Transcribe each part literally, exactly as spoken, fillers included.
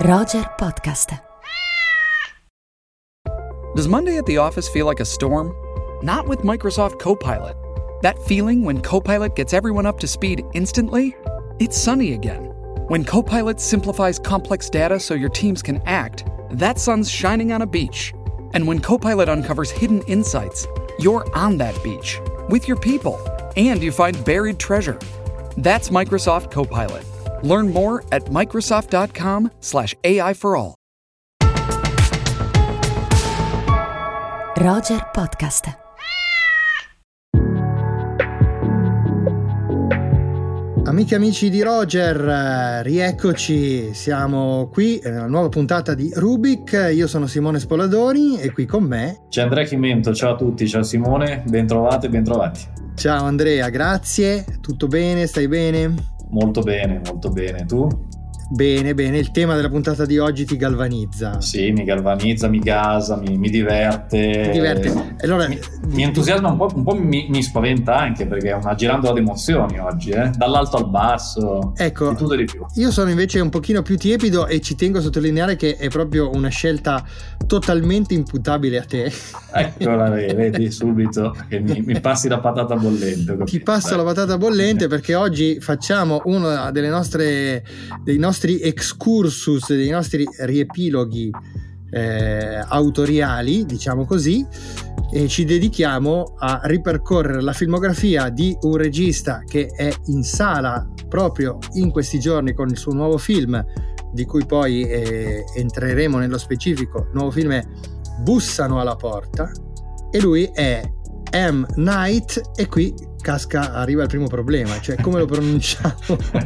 Roger Podcast. Does Monday at the office feel like a storm? Not with Microsoft Copilot. That feeling when Copilot gets everyone up to speed instantly? It's sunny again. When Copilot simplifies complex data so your teams can act, that sun's shining on a beach. And when Copilot uncovers hidden insights, you're on that beach with your people, and you find buried treasure. That's Microsoft Copilot. Learn more at Microsoft.com slash AI for all. Roger Podcast. Amiche e amici di Roger, rieccoci, siamo qui nella nuova puntata di Rubik. Io sono Simone Spoladori e qui con me c'è Andrea Chimento. Ciao a tutti, ciao Simone, bentrovate e bentrovati. Ciao Andrea, grazie, tutto bene, stai bene? Molto bene, molto bene, tu? Bene, bene, il tema della puntata di oggi ti galvanizza. Sì, mi galvanizza, mi gasa, mi, mi diverte. Mi diverte. Allora, mi, mi entusiasma un po', un po' mi, mi spaventa anche, perché è una girandola di emozioni oggi, eh? Dall'alto al basso, ecco, di tutto e di più. Io sono invece un pochino più tiepido e ci tengo a sottolineare che è proprio una scelta totalmente imputabile a te. Eccola, vedi subito che mi, mi passi la patata bollente. Ti passo Dai. la patata bollente perché oggi facciamo uno delle nostre dei nostri excursus, dei nostri riepiloghi eh, autoriali, diciamo così, e ci dedichiamo a ripercorrere la filmografia di un regista che è in sala proprio in questi giorni con il suo nuovo film, di cui poi eh, entreremo nello specifico. Il nuovo film è Bussano alla porta e lui è M. Night, e qui casca, arriva il primo problema, cioè come lo pronunciamo?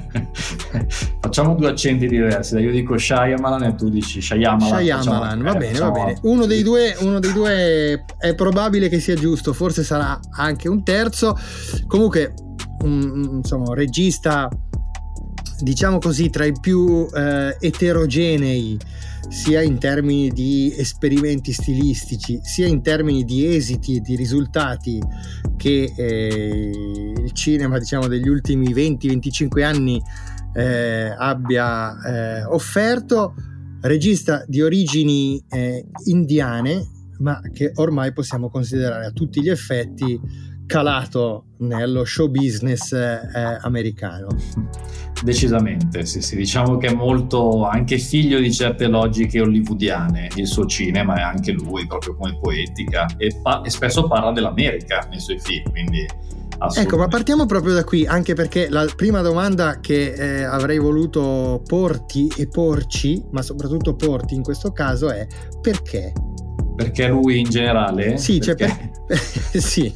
Facciamo due accenti diversi, io dico Shyamalan e tu dici Shyamalan. Shyamalan, va bene, va bene. Uno dei due, uno dei due è probabile che sia giusto, forse sarà anche un terzo. Comunque, un, insomma, un regista, diciamo così, tra i più eh, eterogenei, sia in termini di esperimenti stilistici, sia in termini di esiti e di risultati che eh, il cinema, diciamo, degli ultimi venti venticinque anni eh, abbia eh, offerto. Regista di origini eh, indiane, ma che ormai possiamo considerare a tutti gli effetti calato nello show business eh, americano. Decisamente, sì, sì, diciamo che è molto anche figlio di certe logiche hollywoodiane il suo cinema, e anche lui proprio come poetica, e, pa- e spesso parla dell'America nei suoi film, quindi ecco, ma partiamo proprio da qui, anche perché la prima domanda che eh, avrei voluto porti e porci, ma soprattutto porti in questo caso, è perché? Perché lui in generale? Sì, perché... cioè per... sì.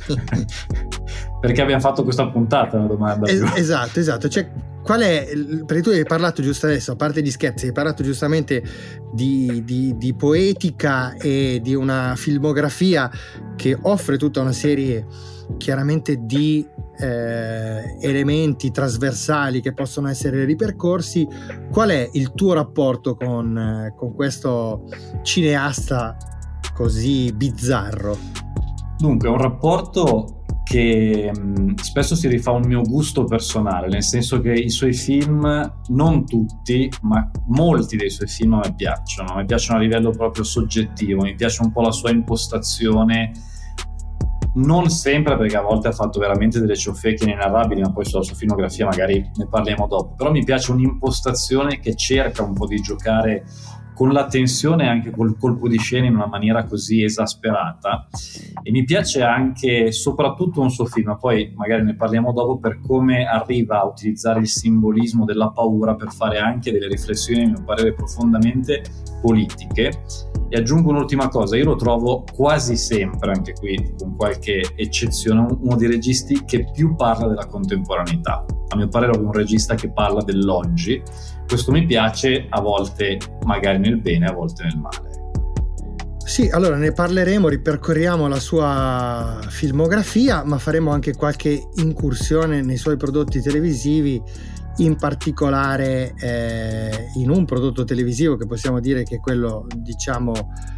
Perché abbiamo fatto questa puntata, una domanda. Es- esatto, esatto. Cioè, qual è? Perché tu hai parlato giusto adesso, a parte gli scherzi, hai parlato giustamente di, di, di poetica e di una filmografia che offre tutta una serie chiaramente di eh, elementi trasversali che possono essere ripercorsi. Qual è il tuo rapporto con, eh, con questo cineasta così bizzarro? Dunque, è un rapporto che mh, spesso si rifà a un mio gusto personale, nel senso che i suoi film, non tutti, ma molti dei suoi film a me piacciono, a me piacciono a livello proprio soggettivo, mi piace un po' la sua impostazione, non sempre, perché a volte ha fatto veramente delle ciofeche inenarrabili, ma poi sulla sua filmografia magari ne parliamo dopo, però mi piace un'impostazione che cerca un po' di giocare con la tensione e anche col colpo di scena in una maniera così esasperata, e mi piace anche soprattutto un suo film, poi magari ne parliamo dopo, per come arriva a utilizzare il simbolismo della paura per fare anche delle riflessioni, a mio parere, profondamente politiche. E aggiungo un'ultima cosa, io lo trovo quasi sempre, anche qui con qualche eccezione, uno dei registi che più parla della contemporaneità. A mio parere è un regista che parla dell'oggi. Questo mi piace, a volte magari nel bene, a volte nel male. Sì, allora ne parleremo, ripercorriamo la sua filmografia, ma faremo anche qualche incursione nei suoi prodotti televisivi, in particolare eh, in un prodotto televisivo che possiamo dire che è quello, diciamo,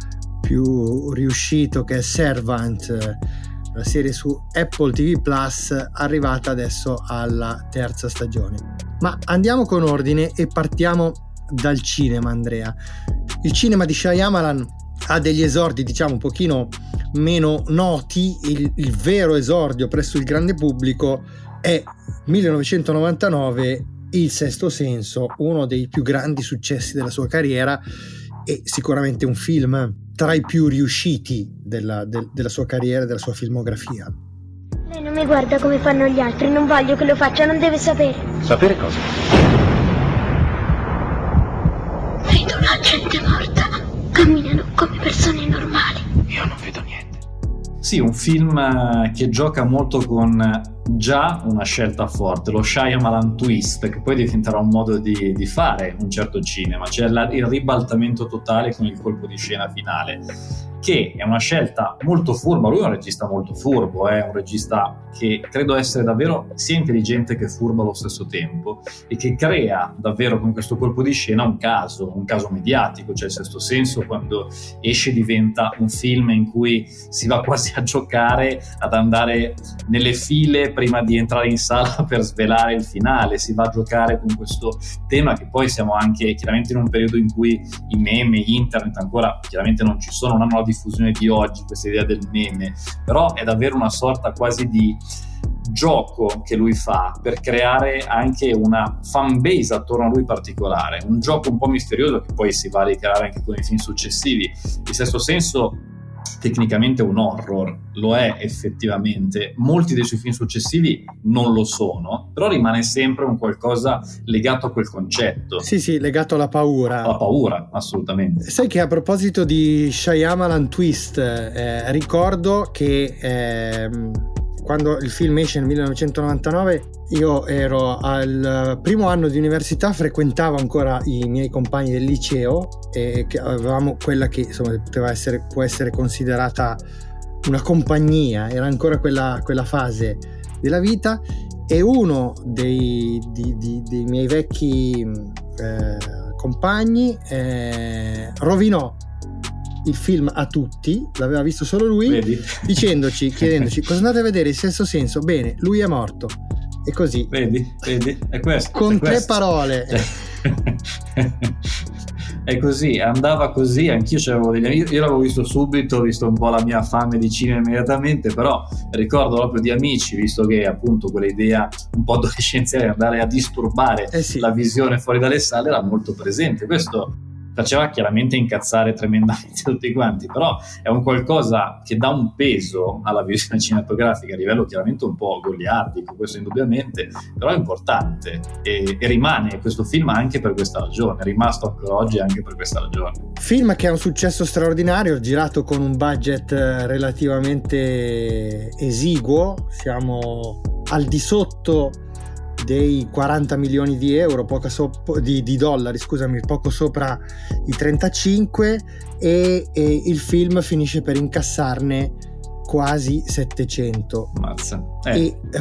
più riuscito, che è Servant, la serie su Apple T V Plus, arrivata adesso alla terza stagione. Ma andiamo con ordine e partiamo dal cinema, Andrea. Il cinema di Shyamalan ha degli esordi diciamo un pochino meno noti. Il, il vero esordio presso il grande pubblico è millenovecentonovantanove, Il Sesto Senso, uno dei più grandi successi della sua carriera e sicuramente un film tra i più riusciti della, del, della sua carriera e della sua filmografia. Lei non mi guarda come fanno gli altri, non voglio che lo faccia, non deve sapere. Sapere cosa? Vedo la gente morta, camminano come persone normali. Io non vedo niente. Sì, un film che gioca molto con già una scelta forte, lo Shyamalan twist, che poi diventerà un modo di, di fare un certo cinema, cioè la, il ribaltamento totale con il colpo di scena finale, che è una scelta molto furba. Lui è un regista molto furbo, è un regista che credo essere davvero sia intelligente che furbo allo stesso tempo, e che crea davvero con questo colpo di scena un caso, un caso mediatico. Cioè Il Sesto Senso, quando esce, diventa un film in cui si va quasi a giocare ad andare nelle file prima di entrare in sala per svelare il finale, si va a giocare con questo tema, che poi siamo anche chiaramente in un periodo in cui i meme, internet ancora chiaramente non ci sono, non hanno la diffusione di oggi, questa idea del meme, però è davvero una sorta quasi di gioco che lui fa per creare anche una fan base attorno a lui particolare, un gioco un po' misterioso che poi si va a ricreare anche con i film successivi. Il Sesto Senso tecnicamente è un horror, lo è effettivamente, molti dei suoi film successivi non lo sono, però rimane sempre un qualcosa legato a quel concetto. Sì, sì, legato alla paura. Alla paura, assolutamente. Sai che a proposito di Shyamalan twist, eh, ricordo che eh, quando il film esce nel millenovecentonovantanove io ero al primo anno di università, frequentavo ancora i miei compagni del liceo e che avevamo quella che insomma poteva essere, può essere considerata una compagnia, era ancora quella, quella fase della vita, e uno dei, di, di, dei miei vecchi eh, compagni eh, rovinò il film a tutti, l'aveva visto solo lui. Vedi? Dicendoci, chiedendoci cosa andate a vedere, Il Sesto Senso, bene, lui è morto, e così vedi, vedi, è questo, con è tre questo. parole. È così, andava così, anch'io c'avevo degli amici, io l'avevo visto subito, ho visto un po' la mia fame di cinema immediatamente, però ricordo proprio di amici, visto che appunto quell'idea un po' adolescenziale di andare a disturbare eh sì. la visione fuori dalle sale era molto presente. Questo faceva chiaramente incazzare tremendamente tutti quanti, però è un qualcosa che dà un peso alla visione cinematografica a livello chiaramente un po' goliardico, questo indubbiamente, però è importante e, e rimane questo film anche per questa ragione, è rimasto ancora oggi anche per questa ragione. Film che ha un successo straordinario, girato con un budget relativamente esiguo, siamo al di sotto dei quaranta milioni di euro, poco so- di, di dollari, scusami, poco sopra i trentacinque, e, e il film finisce per incassarne quasi settecento. Mazza. Eh. E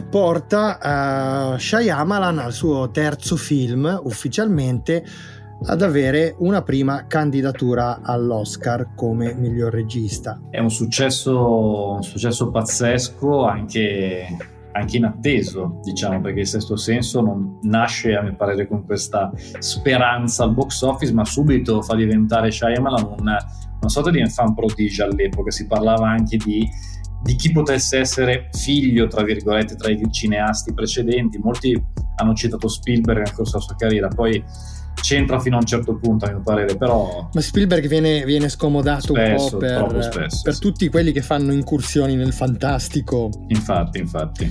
porta uh, Shyamalan al suo terzo film ufficialmente ad avere una prima candidatura all'Oscar come miglior regista. È un successo, un successo pazzesco, anche anche inatteso, diciamo, perché Il Sesto Senso non nasce, a mio parere, con questa speranza al box office, ma subito fa diventare Shyamalan una, una sorta di enfant prodige. All'epoca si parlava anche di, di chi potesse essere figlio, tra virgolette, tra i cineasti precedenti. Molti hanno citato Spielberg nel corso della sua carriera, poi c'entra fino a un certo punto, a mio parere, però ma Spielberg viene, viene scomodato spesso, un po' per, spesso, per sì. tutti quelli che fanno incursioni nel fantastico. Infatti, infatti.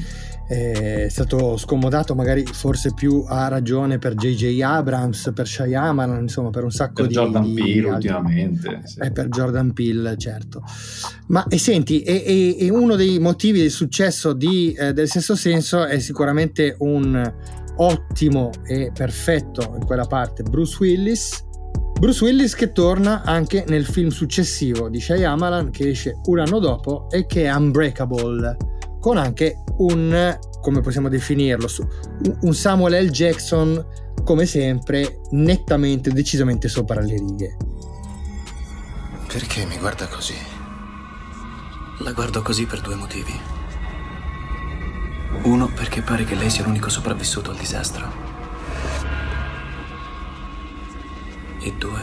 È stato scomodato, magari forse più a ragione, per J J Abrams, per Shyamalan, insomma per un sacco per di Jordan di Peele altri. ultimamente sì. Eh, per Jordan Peele, certo. Ma e senti, e, e, e uno dei motivi del successo di, eh, del Sesto Senso è sicuramente un ottimo e perfetto in quella parte Bruce Willis. Bruce Willis che torna anche nel film successivo di Shyamalan, che esce un anno dopo, e che è Unbreakable, con anche un, come possiamo definirlo, un Samuel L. Jackson come sempre nettamente, decisamente sopra le righe. Perché mi guarda così? La guardo così per due motivi. Uno, perché pare che lei sia l'unico sopravvissuto al disastro. E due,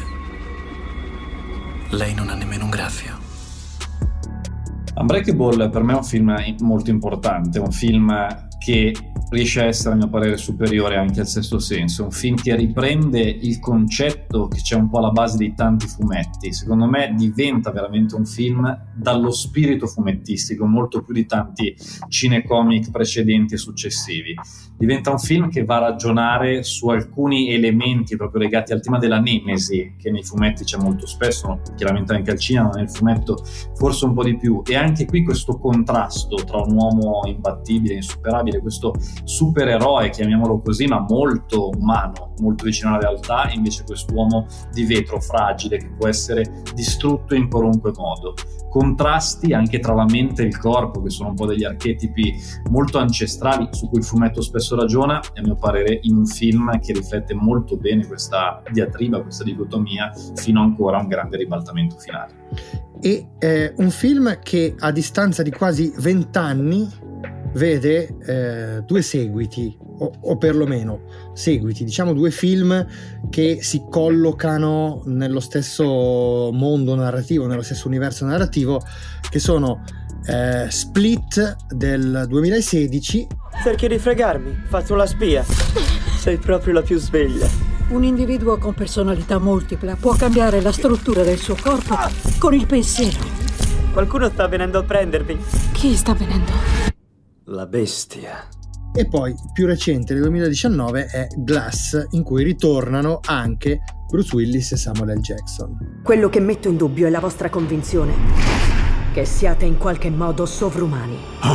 lei non ha nemmeno un graffio. Unbreakable per me è un film molto importante, un film che riesce a essere a mio parere superiore anche al Sesto Senso, un film che riprende il concetto che c'è un po' alla base di tanti fumetti. Secondo me diventa veramente un film dallo spirito fumettistico, molto più di tanti cinecomic precedenti e successivi. Diventa un film che va a ragionare su alcuni elementi proprio legati al tema della nemesi, che nei fumetti c'è molto spesso, chiaramente anche al cinema, ma nel fumetto forse un po' di più, e anche qui questo contrasto tra un uomo imbattibile, insuperabile, questo supereroe, chiamiamolo così, ma molto umano, molto vicino alla realtà, e invece quest'uomo di vetro fragile che può essere distrutto in qualunque modo. Contrasti anche tra la mente e il corpo, che sono un po' degli archetipi molto ancestrali su cui il fumetto spesso ragiona, e a mio parere in un film che riflette molto bene questa diatriba, questa dicotomia, fino ancora a un grande ribaltamento finale. E eh, un film che a distanza di quasi vent'anni vede eh, due seguiti, o, o perlomeno seguiti, diciamo due film che si collocano nello stesso mondo narrativo, nello stesso universo narrativo, che sono eh, Split del duemilasedici. Cerchi di fregarmi, faccio la spia. Sei proprio la più sveglia. Un individuo con personalità multipla può cambiare la struttura del suo corpo con il pensiero. Qualcuno sta venendo a prendervi. Chi sta venendo? La bestia. E poi, più recente, del duemiladiciannove, è Glass, in cui ritornano anche Bruce Willis e Samuel L. Jackson. Quello che metto in dubbio è la vostra convinzione che siate in qualche modo sovrumani.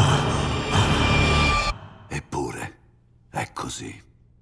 Eppure, è così.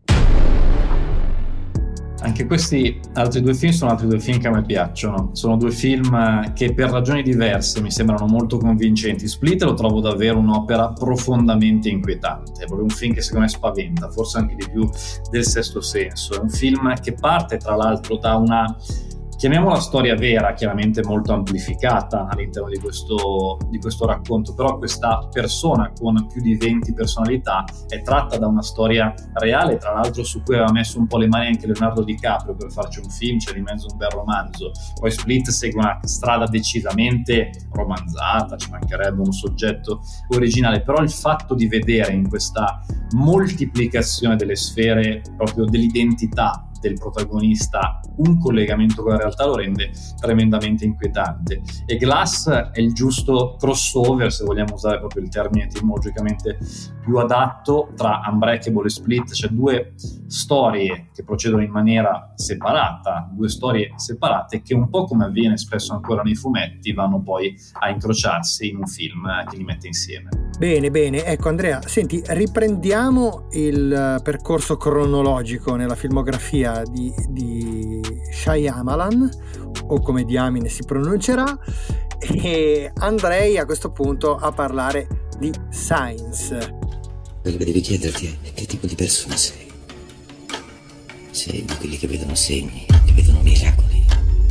Anche questi altri due film sono altri due film che a me piacciono. Sono due film che per ragioni diverse mi sembrano molto convincenti. Split lo trovo davvero un'opera profondamente inquietante, è proprio un film che secondo me spaventa, forse anche di più del Sesto Senso. È un film che parte tra l'altro da una, chiamiamola storia vera, chiaramente molto amplificata all'interno di questo, di questo racconto, però questa persona con più di venti personalità è tratta da una storia reale, tra l'altro su cui aveva messo un po' le mani anche Leonardo DiCaprio per farci un film, c'è di mezzo un bel romanzo. Poi Split segue una strada decisamente romanzata, ci mancherebbe un soggetto originale, però il fatto di vedere in questa moltiplicazione delle sfere proprio dell'identità del protagonista un collegamento con la realtà lo rende tremendamente inquietante. E Glass è il giusto crossover, se vogliamo usare proprio il termine etimologicamente più adatto, tra Unbreakable e Split. C'è due storie che procedono in maniera separata, due storie separate che, un po' come avviene spesso ancora nei fumetti, vanno poi a incrociarsi in un film che li mette insieme. Bene, bene. Ecco Andrea, senti, riprendiamo il percorso cronologico nella filmografia di, di Shyamalan, o come diamine si pronuncerà, e andrei a questo punto a parlare di Signs. Quello che devi chiederti è che tipo di persona sei. Sei di quelli che vedono segni, che vedono miracoli,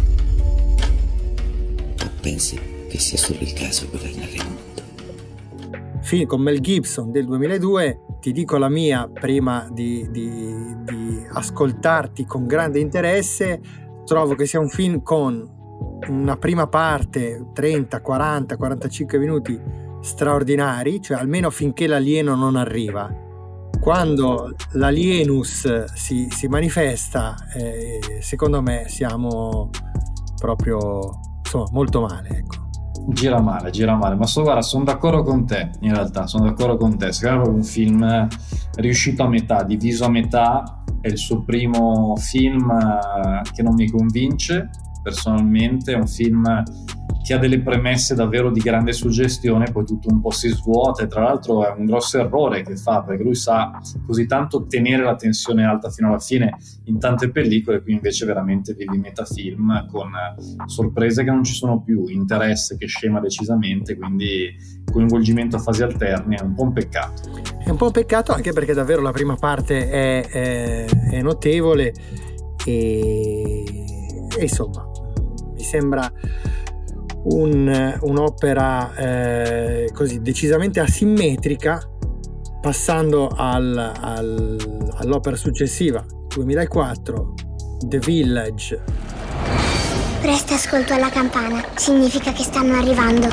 o pensi che sia solo il caso governare il mondo? Film con Mel Gibson del duemiladue. Ti dico la mia prima di, di, di ascoltarti con grande interesse. Trovo che sia un film con una prima parte trenta, quaranta, quarantacinque minuti straordinari, cioè almeno finché l'alieno non arriva. Quando l'alienus si, si manifesta, eh, secondo me siamo proprio, insomma, molto male, ecco. Gira male, gira male, ma so, guarda, sono d'accordo con te, in realtà, sono d'accordo con te. Secondo me è un film riuscito a metà, diviso a metà. È il suo primo film che non mi convince, personalmente. È un film che ha delle premesse davvero di grande suggestione, poi tutto un po' si svuota, e tra l'altro è un grosso errore che fa, perché lui sa così tanto tenere la tensione alta fino alla fine in tante pellicole. Qui invece veramente vivi metafilm con sorprese che non ci sono più, interesse che scema decisamente, quindi coinvolgimento a fasi alterne. È un po' un peccato. È un po' un peccato, anche perché davvero la prima parte è, è, è notevole e, e insomma mi sembra Un, un'opera eh, così decisamente asimmetrica, passando al, al, all'opera successiva, duemilaquattro, The Village. Presta ascolto alla campana, significa che stanno arrivando.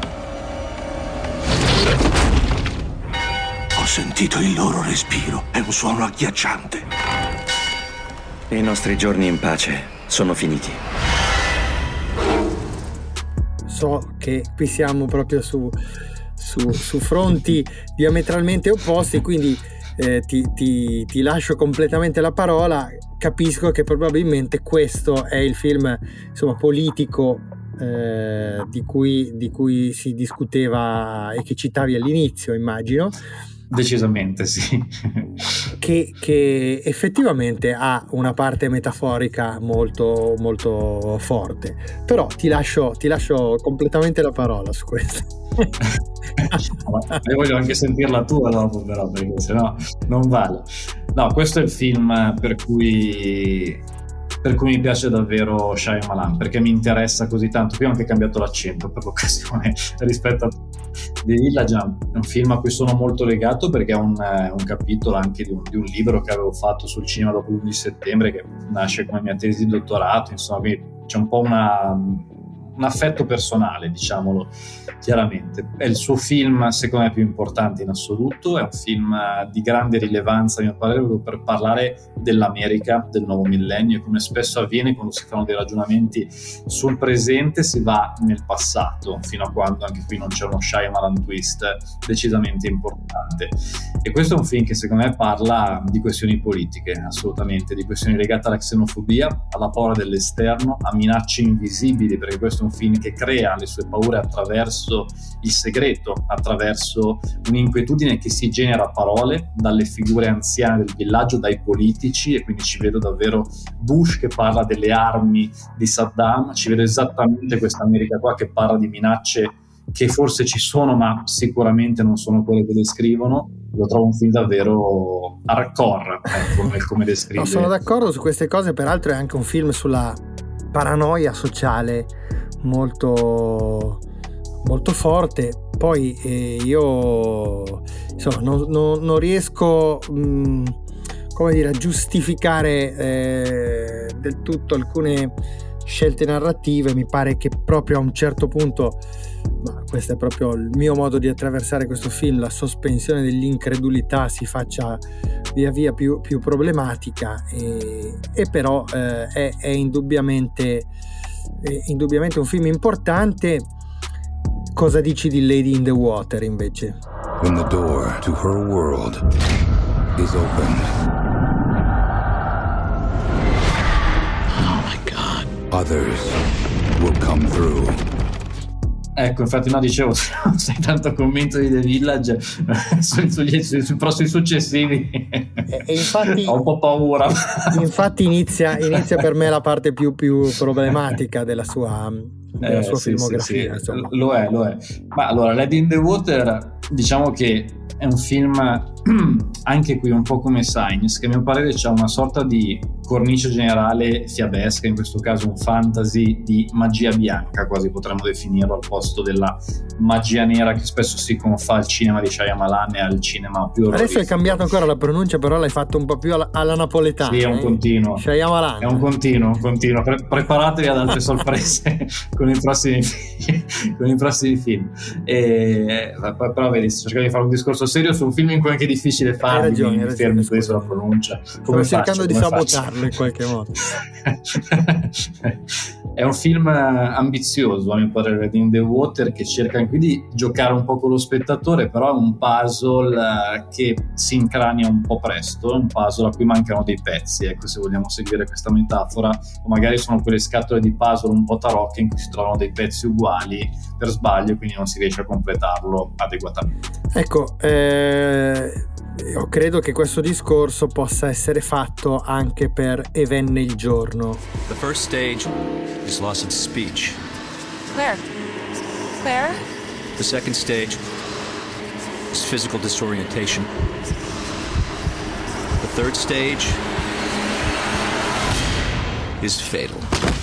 Ho sentito il loro respiro, è un suono agghiacciante. I nostri giorni in pace sono finiti. So che qui siamo proprio su, su, su fronti diametralmente opposti, quindi eh, ti, ti, ti lascio completamente la parola. Capisco che probabilmente questo è il film, insomma, politico eh, di cui, di cui si discuteva e che citavi all'inizio, immagino. Decisamente sì. Che, che effettivamente ha una parte metaforica molto molto forte, però ti lascio, ti lascio completamente la parola su questo. Io voglio anche sentirla tua dopo, però, perché sennò non vale. No, questo è il film per cui per cui mi piace davvero Shyamalan, perché mi interessa così tanto. Qui ho anche cambiato l'accento per l'occasione rispetto a The Village. È un film a cui sono molto legato perché è un, un capitolo anche di un, di un libro che avevo fatto sul cinema dopo l'undici settembre, che nasce come mia tesi di dottorato, insomma, quindi c'è un po' una un affetto personale, diciamolo chiaramente. È il suo film secondo me più importante in assoluto, è un film di grande rilevanza a mio parere per parlare dell'America del nuovo millennio, e come spesso avviene quando si fanno dei ragionamenti sul presente si va nel passato, fino a quando anche qui non c'è uno Shyamalan twist decisamente importante. E questo è un film che secondo me parla di questioni politiche, assolutamente, di questioni legate alla xenofobia, alla paura dell'esterno, a minacce invisibili, perché questo è un film che crea le sue paure attraverso il segreto, attraverso un'inquietudine che si genera a parole dalle figure anziane del villaggio, dai politici, e quindi ci vedo davvero Bush che parla delle armi di Saddam, ci vedo esattamente questa America qua che parla di minacce che forse ci sono ma sicuramente non sono quelle che descrivono. Lo trovo un film davvero hardcore, ecco, come, come descrive. No, sono d'accordo su queste cose, peraltro è anche un film sulla paranoia sociale molto molto forte. Poi eh, io insomma non, non, non riesco mh, come dire a giustificare eh, del tutto alcune scelte narrative. Mi pare che proprio a un certo punto, ma questo è proprio il mio modo di attraversare questo film, la sospensione dell'incredulità si faccia via via più, più problematica, e, e però eh, è, è indubbiamente è indubbiamente un film importante. Cosa dici di Lady in the Water invece? When the door to her world is opened, oh my God, others will come through. Ecco, infatti no, dicevo, non sei tanto convinto di The Village sui, sugli, sui, sui prossimi successivi e, e infatti ho un po' paura. Infatti inizia, inizia per me la parte più, più problematica della sua, della eh, sua sì, filmografia. Sì, sì. Lo è, lo è. Ma allora, Lady in the Water, diciamo che è un film anche qui un po' come Signs, che a mio parere c'ha una sorta di cornice generale fiabesca, in questo caso un fantasy di magia bianca, quasi potremmo definirlo, al posto della magia nera che spesso si confà al cinema di Shyamalan e al cinema più orrorifico. Adesso hai cambiato ancora la pronuncia, però l'hai fatto un po' più alla, alla napoletana. Sì, è un eh? continuo. Shyamalan. È un continuo, un continuo. Pre- preparatevi ad altre sorprese con i prossimi film, con i prossimi film. E, però vedi, sto cercando di fare un discorso serio su un film in cui è anche difficile farlo. Hai ragione, mi fermo sulla pronuncia. Come Sto cercando faccio, di come sabotarlo faccio? in qualche modo. È un film ambizioso, a mio parere, di In the Water, che cerca anche di giocare un po' con lo spettatore, però è un puzzle che si incrania un po' presto, è un puzzle a cui mancano dei pezzi, ecco, se vogliamo seguire questa metafora, o magari sono quelle scatole di puzzle un po' tarocche in cui si trovano dei pezzi uguali per sbaglio e quindi non si riesce a completarlo adeguatamente. Ecco, eh, io credo che questo discorso possa essere fatto anche per E venne il giorno. The first stage is loss of speech. Where? Where? The second stage is physical disorientation. The third stage is fatal.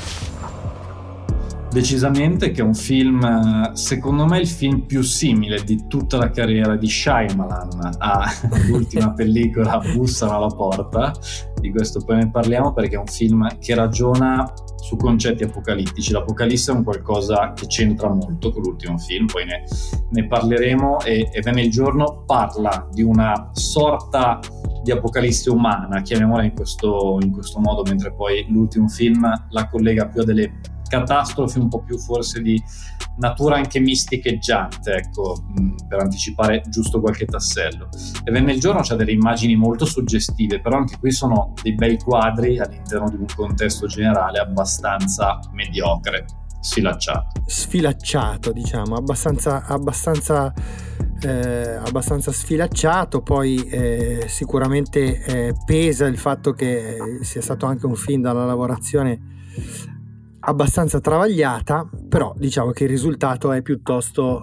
Decisamente che è un film, secondo me il film più simile di tutta la carriera di Shyamalan all'ultima pellicola Bussano alla porta, di questo poi ne parliamo, perché è un film che ragiona su concetti apocalittici. L'apocalisse è un qualcosa che c'entra molto con l'ultimo film, poi ne, ne parleremo, e, e Venne il giorno parla di una sorta di apocalisse umana, chiamiamola in questo, in questo modo, mentre poi l'ultimo film la collega più a delle catastrofi un po' più forse di natura anche misticheggiante, ecco, per anticipare giusto qualche tassello. E Venne il giorno c'ha delle immagini molto suggestive, però anche qui sono dei bei quadri all'interno di un contesto generale abbastanza mediocre, sfilacciato. Sfilacciato, diciamo, abbastanza abbastanza eh, abbastanza sfilacciato. Poi eh, sicuramente eh, pesa il fatto che sia stato anche un film dalla lavorazione abbastanza travagliata, però diciamo che il risultato è piuttosto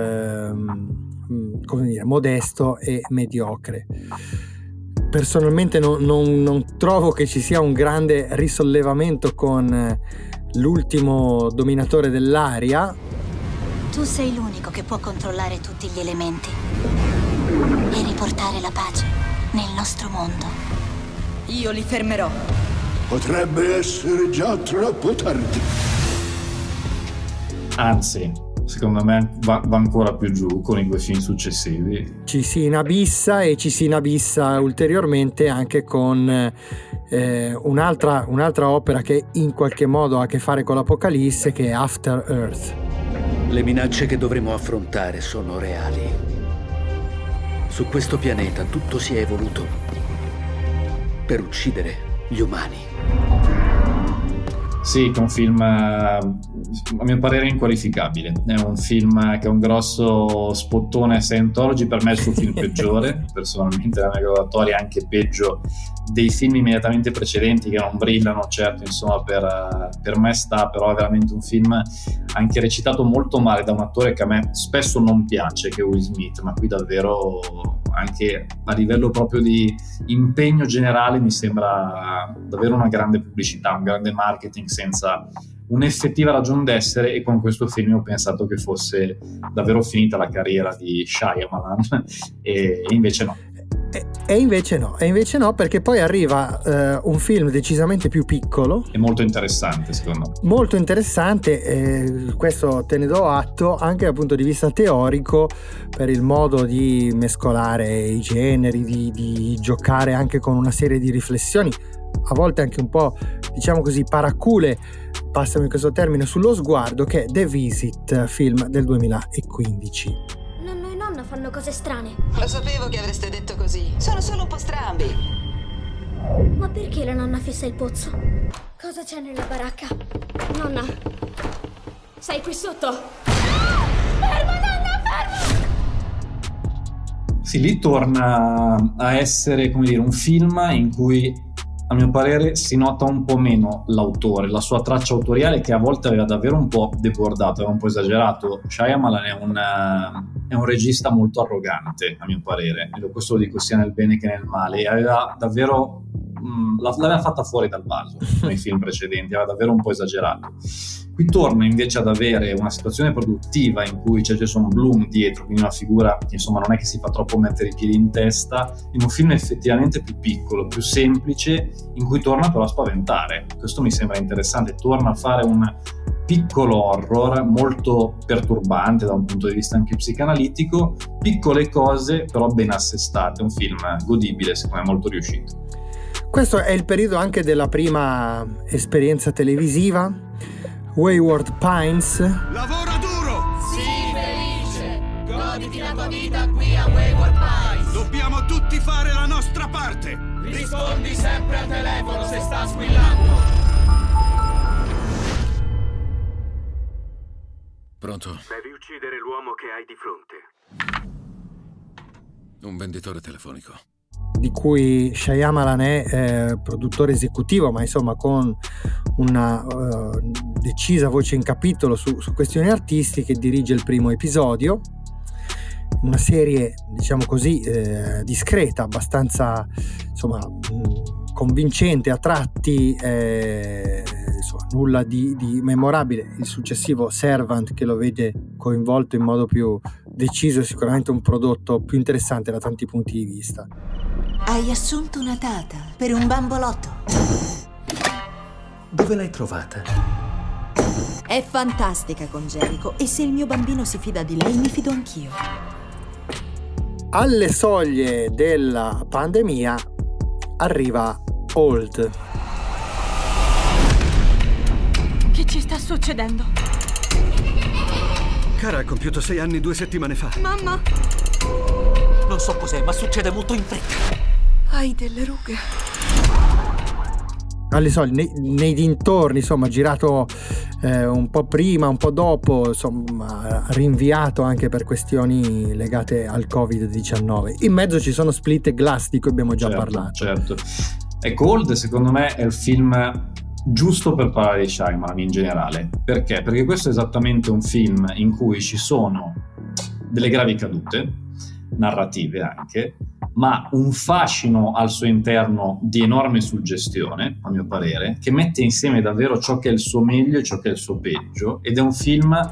ehm, come dire, modesto e mediocre. Personalmente non, non, non trovo che ci sia un grande risollevamento con l'ultimo dominatore dell'aria. Tu sei l'unico che può controllare tutti gli elementi e riportare la pace nel nostro mondo. Io li fermerò. Potrebbe essere già troppo tardi. Anzi, secondo me va, va ancora più giù con i due film successivi. Ci si inabissa e ci si inabissa ulteriormente anche con eh, un'altra, un'altra opera che in qualche modo ha a che fare con l'Apocalisse, che è After Earth. Le minacce che dovremo affrontare sono reali. Su questo pianeta tutto si è evoluto per uccidere gli umani. Sì, che è un film a mio parere inqualificabile. È un film che è un grosso spottone Scientology. Per me è il suo film peggiore, personalmente la mia graduatoria è anche peggio dei film immediatamente precedenti, che non brillano certo, insomma, per, per me sta, però è veramente un film anche recitato molto male da un attore che a me spesso non piace, che è Will Smith, ma qui davvero anche a livello proprio di impegno generale mi sembra davvero una grande pubblicità, un grande marketing senza un'effettiva ragion d'essere, e con questo film ho pensato che fosse davvero finita la carriera di Shyamalan e invece no. E invece no, e invece no, perché poi arriva eh, un film decisamente più piccolo e molto interessante, secondo me. Molto interessante, eh, questo te ne do atto, anche dal punto di vista teorico, per il modo di mescolare i generi, di, di giocare anche con una serie di riflessioni, a volte anche un po', diciamo così, paracule, passami questo termine, sullo sguardo, che è The Visit, film del duemilaquindici. Fanno cose strane. Lo sapevo che avreste detto così. Sono solo un po' strambi. Ma perché la nonna fissa il pozzo? Cosa c'è nella baracca? Nonna, sei qui sotto? Ah! Fermo, nonna, fermo! Sì, lì torna a essere, come dire, un film in cui a mio parere si nota un po' meno l'autore, la sua traccia autoriale, che a volte aveva davvero un po' debordato, aveva un po' esagerato. Shyamalan è un, è un regista molto arrogante, a mio parere, e questo lo dico sia nel bene che nel male, e aveva davvero mh, l'aveva fatta fuori dal vaso nei film precedenti, aveva davvero un po' esagerato. Qui torna invece ad avere una situazione produttiva in cui c'è Jason Blum dietro, quindi una figura che insomma non è che si fa troppo mettere i piedi in testa, in un film effettivamente più piccolo, più semplice, in cui torna però a spaventare. Questo mi sembra interessante, torna a fare un piccolo horror molto perturbante da un punto di vista anche psicanalitico, piccole cose però ben assestate, un film godibile, secondo me molto riuscito. Questo è il periodo anche della prima esperienza televisiva, Wayward Pines. Lavora duro! Sii felice! Goditi la tua vita qui a Wayward Pines! Dobbiamo tutti fare la nostra parte! Rispondi sempre al telefono se sta squillando! Pronto? Devi uccidere l'uomo che hai di fronte. Un venditore telefonico. Di cui Shyamalan è eh, produttore esecutivo, ma insomma con una uh, decisa voce in capitolo su, su questioni artistiche, dirige il primo episodio, una serie diciamo così eh, discreta, abbastanza insomma mh, convincente a tratti, eh, insomma, nulla di, di memorabile. Il successivo Servant, che lo vede coinvolto in modo più deciso, è sicuramente un prodotto più interessante da tanti punti di vista. Hai assunto una tata per un bambolotto. Dove l'hai trovata? È fantastica con Jericho e se il mio bambino si fida di lei, mi fido anch'io. Alle soglie della pandemia arriva Old. Che ci sta succedendo? Cara, ha compiuto sei anni due settimane fa. Mamma! Non so cos'è, ma succede molto in fretta. Hai delle rughe. Alle soglie, nei, nei dintorni, insomma, girato eh, un po' prima, un po' dopo, insomma, rinviato anche per questioni legate al covid diciannove. In mezzo ci sono Split e Glass, di cui abbiamo già certo, parlato. Certo. E Gold, secondo me, è il film giusto per parlare di Shyamalan in generale. Perché? Perché questo è esattamente un film in cui ci sono delle gravi cadute, narrative anche, ma un fascino al suo interno di enorme suggestione, a mio parere, che mette insieme davvero ciò che è il suo meglio e ciò che è il suo peggio, ed è un film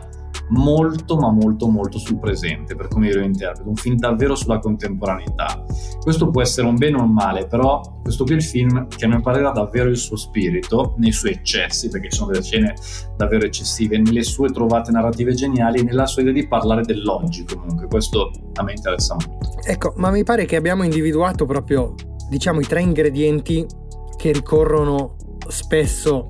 molto ma molto molto sul presente, per come io lo interpreto, un film davvero sulla contemporaneità. Questo può essere un bene o un male, però questo qui è il film che a mio parere ha davvero il suo spirito, nei suoi eccessi, perché ci sono delle scene davvero eccessive, nelle sue trovate narrative geniali, nella sua idea di parlare dell'oggi. Comunque questo a me interessa molto. Ecco, ma mi pare che abbiamo individuato proprio, diciamo, i tre ingredienti che ricorrono spesso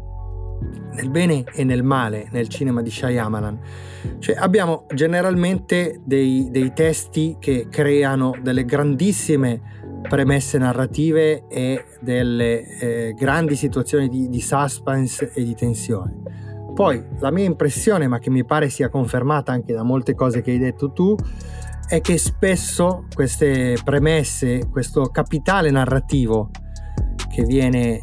nel bene e nel male nel cinema di Shyamalan. Cioè, abbiamo generalmente dei, dei testi che creano delle grandissime premesse narrative e delle eh, grandi situazioni di, di suspense e di tensione. Poi la mia impressione, ma che mi pare sia confermata anche da molte cose che hai detto tu, è che spesso queste premesse, questo capitale narrativo che viene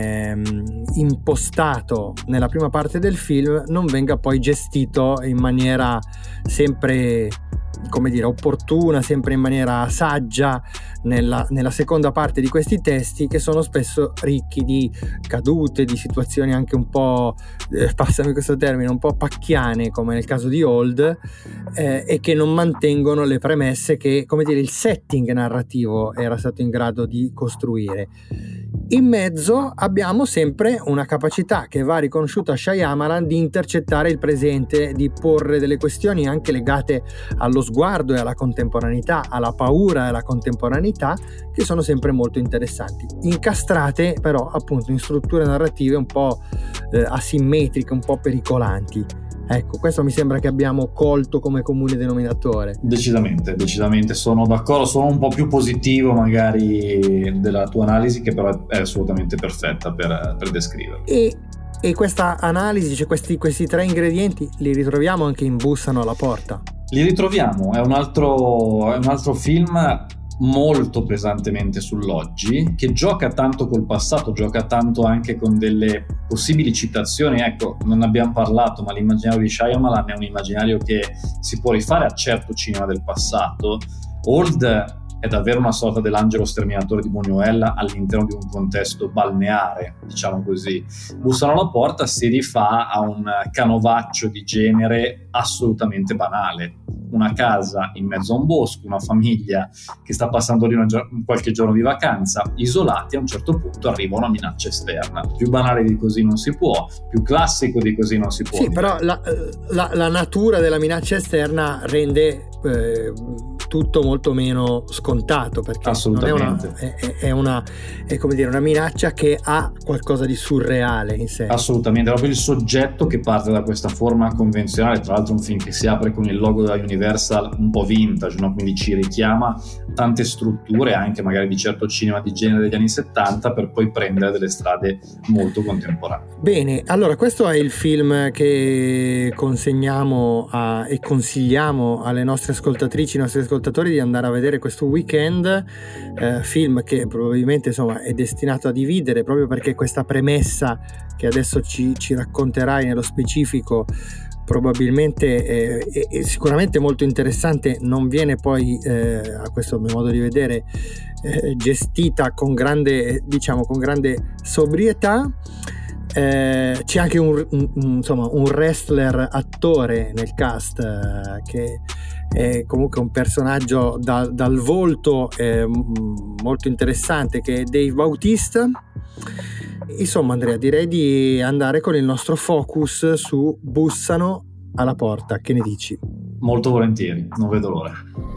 ehm, impostato nella prima parte del film non venga poi gestito in maniera sempre, come dire, opportuna, sempre in maniera saggia nella, nella seconda parte di questi testi, che sono spesso ricchi di cadute, di situazioni anche un po', eh, passami questo termine, un po' pacchiane, come nel caso di Old, eh, e che non mantengono le premesse che, come dire, il setting narrativo era stato in grado di costruire. In mezzo abbiamo sempre una capacità che va riconosciuta a Shyamalan di intercettare il presente, di porre delle questioni anche legate allo sguardo e alla contemporaneità, alla paura e alla contemporaneità, che sono sempre molto interessanti, incastrate però appunto in strutture narrative un po' eh, asimmetriche, un po' pericolanti. Ecco, questo mi sembra che abbiamo colto come comune denominatore. Decisamente, decisamente sono d'accordo, sono un po' più positivo magari della tua analisi, che però è assolutamente perfetta per, per descriverlo. E, e questa analisi, cioè questi, questi tre ingredienti, li ritroviamo anche in Bussano alla porta. Li ritroviamo, è un altro, è un altro film molto pesantemente sull'oggi, che gioca tanto col passato, gioca tanto anche con delle possibili citazioni. Ecco, non abbiamo parlato, ma l'immaginario di Shyamalan è un immaginario che si può rifare a certo cinema del passato. Old è davvero una sorta dell'angelo sterminatore di Buñuel all'interno di un contesto balneare, diciamo così. Bussano alla porta si rifà a un canovaccio di genere assolutamente banale. Una casa in mezzo a un bosco, una famiglia che sta passando lì una gio- qualche giorno di vacanza, isolati. A un certo punto arriva una minaccia esterna. Più banale di così non si può, più classico di così non si può. Sì, però la, la, la natura della minaccia esterna rende eh, tutto molto meno scontato, perché non è una, è, è una è come dire una minaccia che ha qualcosa di surreale in sé. Assolutamente, è proprio il soggetto che parte da questa forma convenzionale. Tra l'altro un film che si apre con il logo della Universal un po' vintage, no? Quindi ci richiama tante strutture anche magari di certo cinema di genere degli anni settanta, per poi prendere delle strade molto contemporanee. Bene, allora questo è il film che consegniamo a, e consigliamo alle nostre ascoltatrici, ai nostri ascoltatori di andare a vedere questo weekend, eh, film che probabilmente insomma è destinato a dividere, proprio perché questa premessa che adesso ci, ci racconterai nello specifico probabilmente eh, è, è sicuramente molto interessante, non viene poi eh, a questo mio modo di vedere eh, gestita con grande, diciamo, con grande sobrietà. Eh, c'è anche un, un, un, insomma, un wrestler attore nel cast eh, che è comunque un personaggio da, dal volto eh, molto interessante, che è Dave Bautista. Insomma, Andrea, direi di andare con il nostro focus su Bussano alla porta. Che ne dici? Molto volentieri, non vedo l'ora.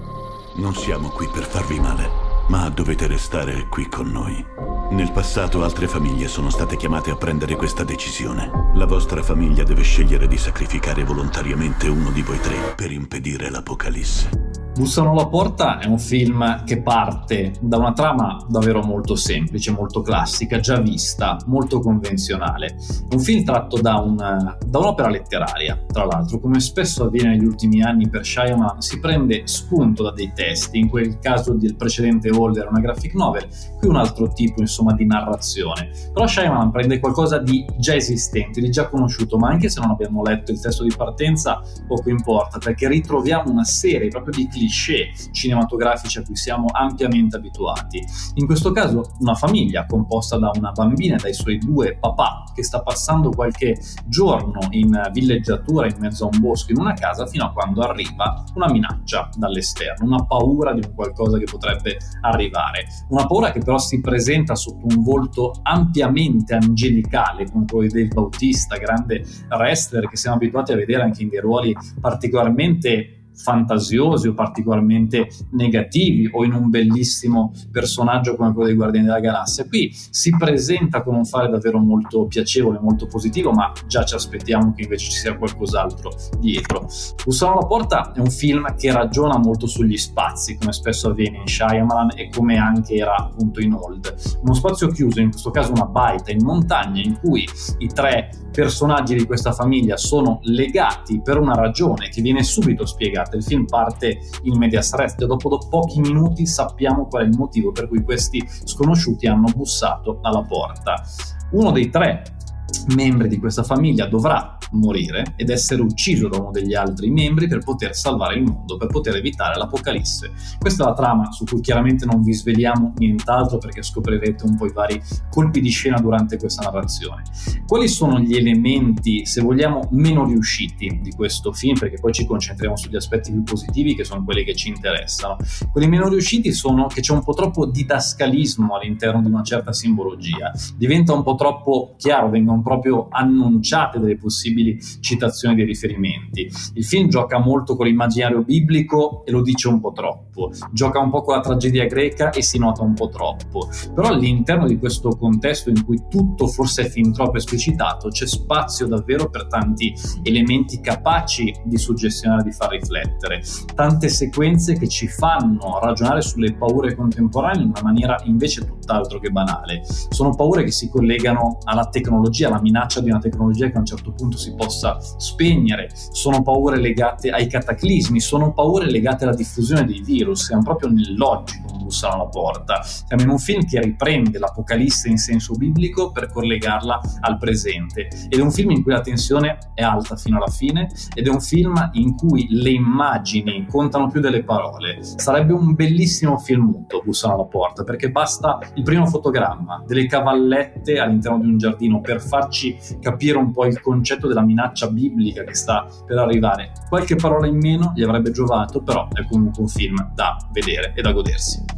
Non siamo qui per farvi male, ma dovete restare qui con noi. Nel passato altre famiglie sono state chiamate a prendere questa decisione. La vostra famiglia deve scegliere di sacrificare volontariamente uno di voi tre per impedire l'apocalisse. Bussano alla porta è un film che parte da una trama davvero molto semplice, molto classica, già vista, molto convenzionale. Un film tratto da, un, da un'opera letteraria, tra l'altro, come spesso avviene negli ultimi anni per Shyamalan, si prende spunto da dei testi. In quel caso del precedente Old era una graphic novel, qui un altro tipo insomma di narrazione. Però Shyamalan prende qualcosa di già esistente, di già conosciuto, ma anche se non abbiamo letto il testo di partenza poco importa, perché ritroviamo una serie proprio di cliché cinematografici a cui siamo ampiamente abituati. In questo caso una famiglia composta da una bambina e dai suoi due papà, che sta passando qualche giorno in villeggiatura in mezzo a un bosco in una casa, fino a quando arriva una minaccia dall'esterno, una paura di un qualcosa che potrebbe arrivare, una paura che però si presenta sotto un volto ampiamente angelicale come quello di Dave Bautista, grande wrestler che siamo abituati a vedere anche in dei ruoli particolarmente fantasiosi o particolarmente negativi, o in un bellissimo personaggio come quello dei Guardiani della Galassia. Qui si presenta con un fare davvero molto piacevole, molto positivo, ma già ci aspettiamo che invece ci sia qualcos'altro dietro. Bussano alla porta è un film che ragiona molto sugli spazi, come spesso avviene in Shyamalan e come anche era appunto in Old. Uno spazio chiuso, in questo caso una baita in montagna, in cui i tre personaggi di questa famiglia sono legati per una ragione che viene subito spiegata. Il film parte in medias res e dopo pochi minuti sappiamo qual è il motivo per cui questi sconosciuti hanno bussato alla porta. Uno dei tre membri di questa famiglia dovrà morire ed essere ucciso da uno degli altri membri per poter salvare il mondo, per poter evitare l'apocalisse. Questa è la trama su cui chiaramente non vi sveliamo nient'altro, perché scoprirete un po' i vari colpi di scena durante questa narrazione. Quali sono gli elementi, se vogliamo, meno riusciti di questo film? Perché poi ci concentriamo sugli aspetti più positivi, che sono quelli che ci interessano. Quelli meno riusciti sono che c'è un po' troppo didascalismo all'interno di una certa simbologia, diventa un po' troppo chiaro, vengono proprio annunciate delle possibili citazioni dei riferimenti. Il film gioca molto con l'immaginario biblico e lo dice un po' troppo, gioca un po' con la tragedia greca e si nota un po' troppo, però all'interno di questo contesto in cui tutto forse è fin troppo esplicitato c'è spazio davvero per tanti elementi capaci di suggestionare, di far riflettere, tante sequenze che ci fanno ragionare sulle paure contemporanee in una maniera invece tutt'altro che banale. Sono paure che si collegano alla tecnologia, alla minaccia di una tecnologia che a un certo punto si possa spegnere, sono paure legate ai cataclismi, sono paure legate alla diffusione dei virus. Siamo proprio nell'oggi con Bussano alla porta, siamo in un film che riprende l'apocalisse in senso biblico per collegarla al presente, ed è un film in cui la tensione è alta fino alla fine, ed è un film in cui le immagini contano più delle parole. Sarebbe un bellissimo film muto Bussano alla porta, perché basta il primo fotogramma delle cavallette all'interno di un giardino per farci capire un po' il concetto della minaccia biblica che sta per arrivare. Qualche parola in meno gli avrebbe giovato, però è comunque un film da vedere e da godersi.